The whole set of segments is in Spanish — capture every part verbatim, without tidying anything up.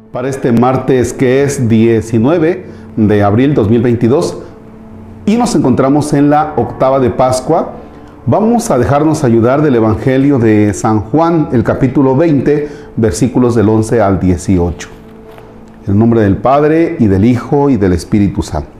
para este martes que es diecinueve de abril dos mil veintidós y nos encontramos en la octava de Pascua. Vamos a dejarnos ayudar del Evangelio de San Juan, el capítulo veinte, versículos del once al dieciocho. En el nombre del Padre, y del Hijo, y del Espíritu Santo.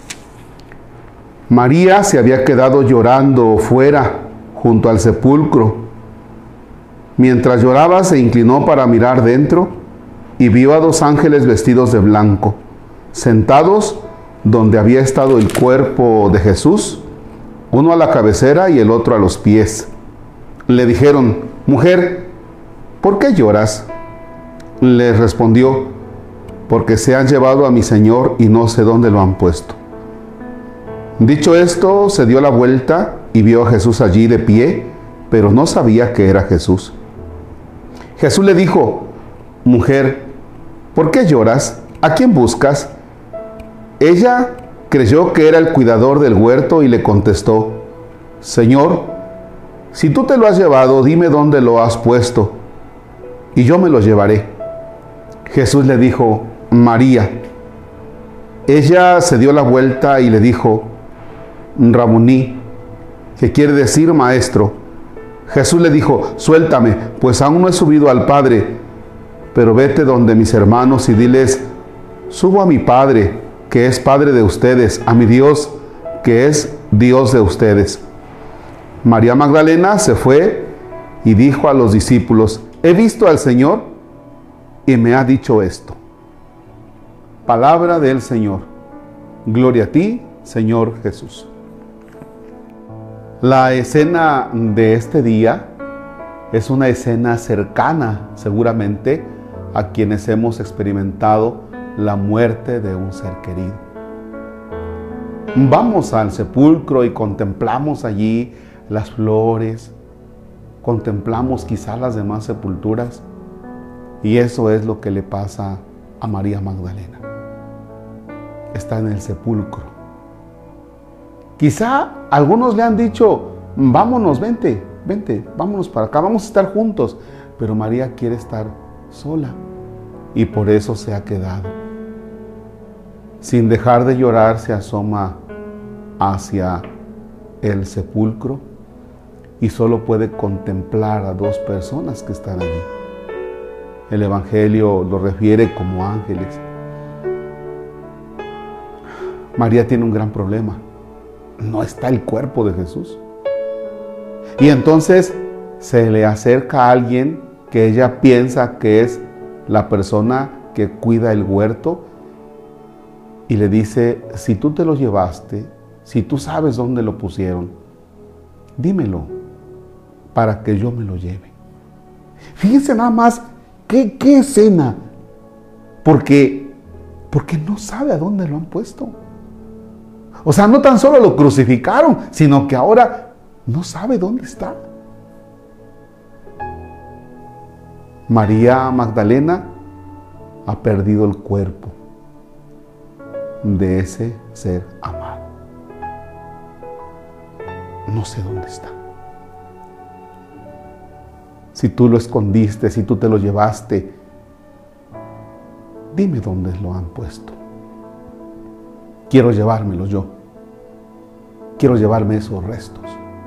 María se había quedado llorando fuera, junto al sepulcro. Mientras lloraba, se inclinó para mirar dentro, y vio a dos ángeles vestidos de blanco, sentados donde había estado el cuerpo de Jesús, uno a la cabecera y el otro a los pies. Le dijeron: «Mujer, ¿por qué lloras?». Le respondió: «Porque se han llevado a mi Señor y no sé dónde lo han puesto». Dicho esto, se dio la vuelta y vio a Jesús allí de pie, pero no sabía que era Jesús. Jesús le dijo: «Mujer, ¿por qué lloras? ¿A quién buscas?». Ella creyó que era el cuidador del huerto y le contestó: «Señor, si tú te lo has llevado, dime dónde lo has puesto, y yo me lo llevaré». Jesús le dijo: «María». Ella se dio la vuelta y le dijo: «Rabuní», que quiere decir maestro. Jesús le dijo: «Suéltame, pues aún no he subido al Padre, pero vete donde mis hermanos y diles: subo a mi Padre, que es Padre de ustedes, a mi Dios, que es Dios de ustedes». María Magdalena se fue y dijo a los discípulos: «He visto al Señor y me ha dicho esto». Palabra del Señor. Gloria a ti, Señor Jesús. La escena de este día es una escena cercana, seguramente, a quienes hemos experimentado la muerte de un ser querido. Vamos al sepulcro y contemplamos allí las flores, contemplamos quizá las demás sepulturas, y eso es lo que le pasa a María Magdalena. Está en el sepulcro. Quizá algunos le han dicho: vámonos, vente, vente, vámonos para acá, vamos a estar juntos. Pero María quiere estar sola y por eso se ha quedado. Sin dejar de llorar, se asoma hacia el sepulcro y solo puede contemplar a dos personas que están allí. El Evangelio lo refiere como ángeles. María tiene un gran problema. No está el cuerpo de Jesús. Y entonces se le acerca a alguien que ella piensa que es la persona que cuida el huerto y le dice: si tú te lo llevaste, si tú sabes dónde lo pusieron, dímelo para que yo me lo lleve. Fíjense nada más qué, qué escena, porque, porque no sabe a dónde lo han puesto. O sea, no tan solo lo crucificaron, sino que ahora no sabe dónde está. María Magdalena ha perdido el cuerpo de ese ser amado. No sé dónde está. Si tú lo escondiste, si tú te lo llevaste, dime dónde lo han puesto. Quiero llevármelo yo. Quiero llevarme esos restos.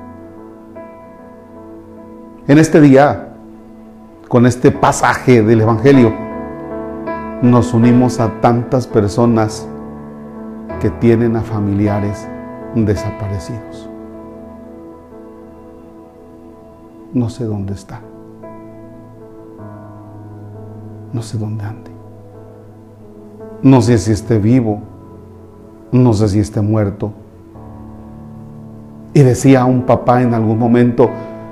En este día, con este pasaje del Evangelio, nos unimos a tantas personas que tienen a familiares desaparecidos. No sé dónde está. No sé dónde ande. No sé si esté vivo. No sé si esté muerto. Y decía un papá en algún momento: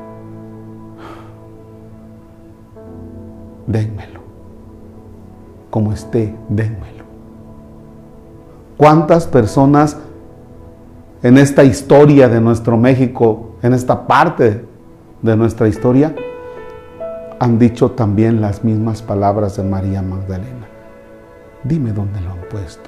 dénmelo. Como esté, dénmelo. ¿Cuántas personas en esta historia de nuestro México, en esta parte de nuestra historia, han dicho también las mismas palabras de María Magdalena? Dime dónde lo han puesto.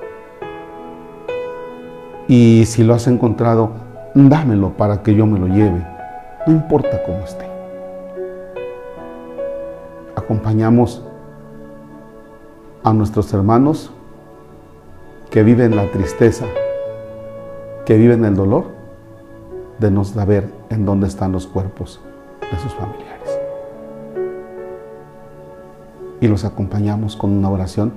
Y si lo has encontrado, dámelo para que yo me lo lleve. No importa cómo esté. Acompañamos a nuestros hermanos que viven la tristeza, que viven el dolor, de no saber en dónde están los cuerpos de sus familiares. Y los acompañamos con una oración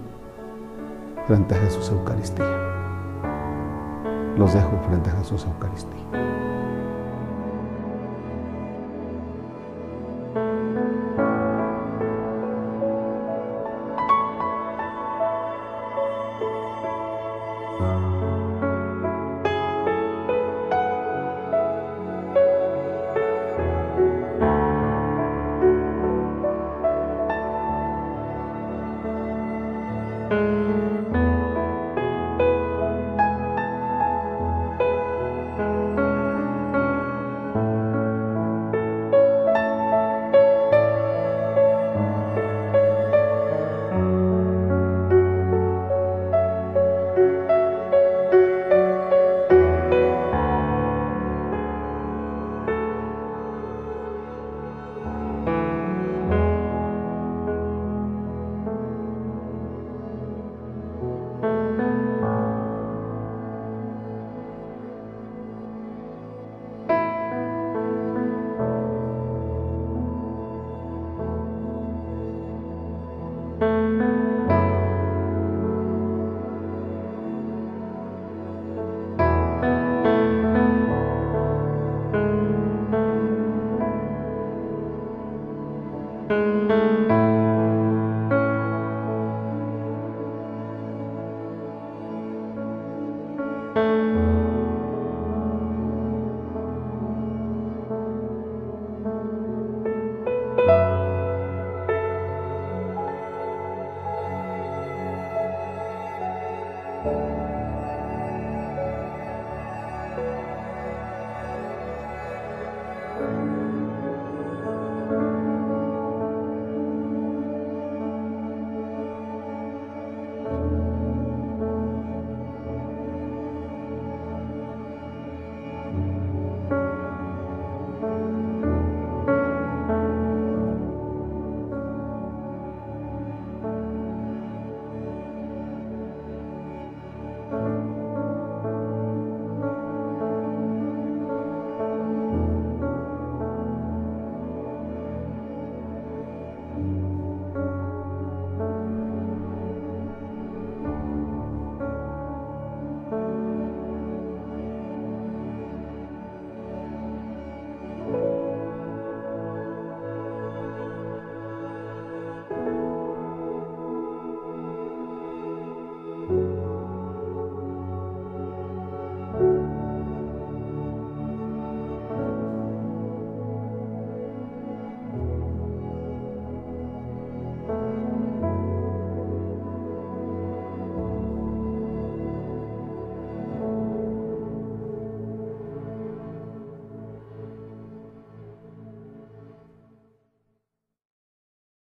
frente a Jesús Eucaristía. Los dejo frente a Jesús Eucaristía.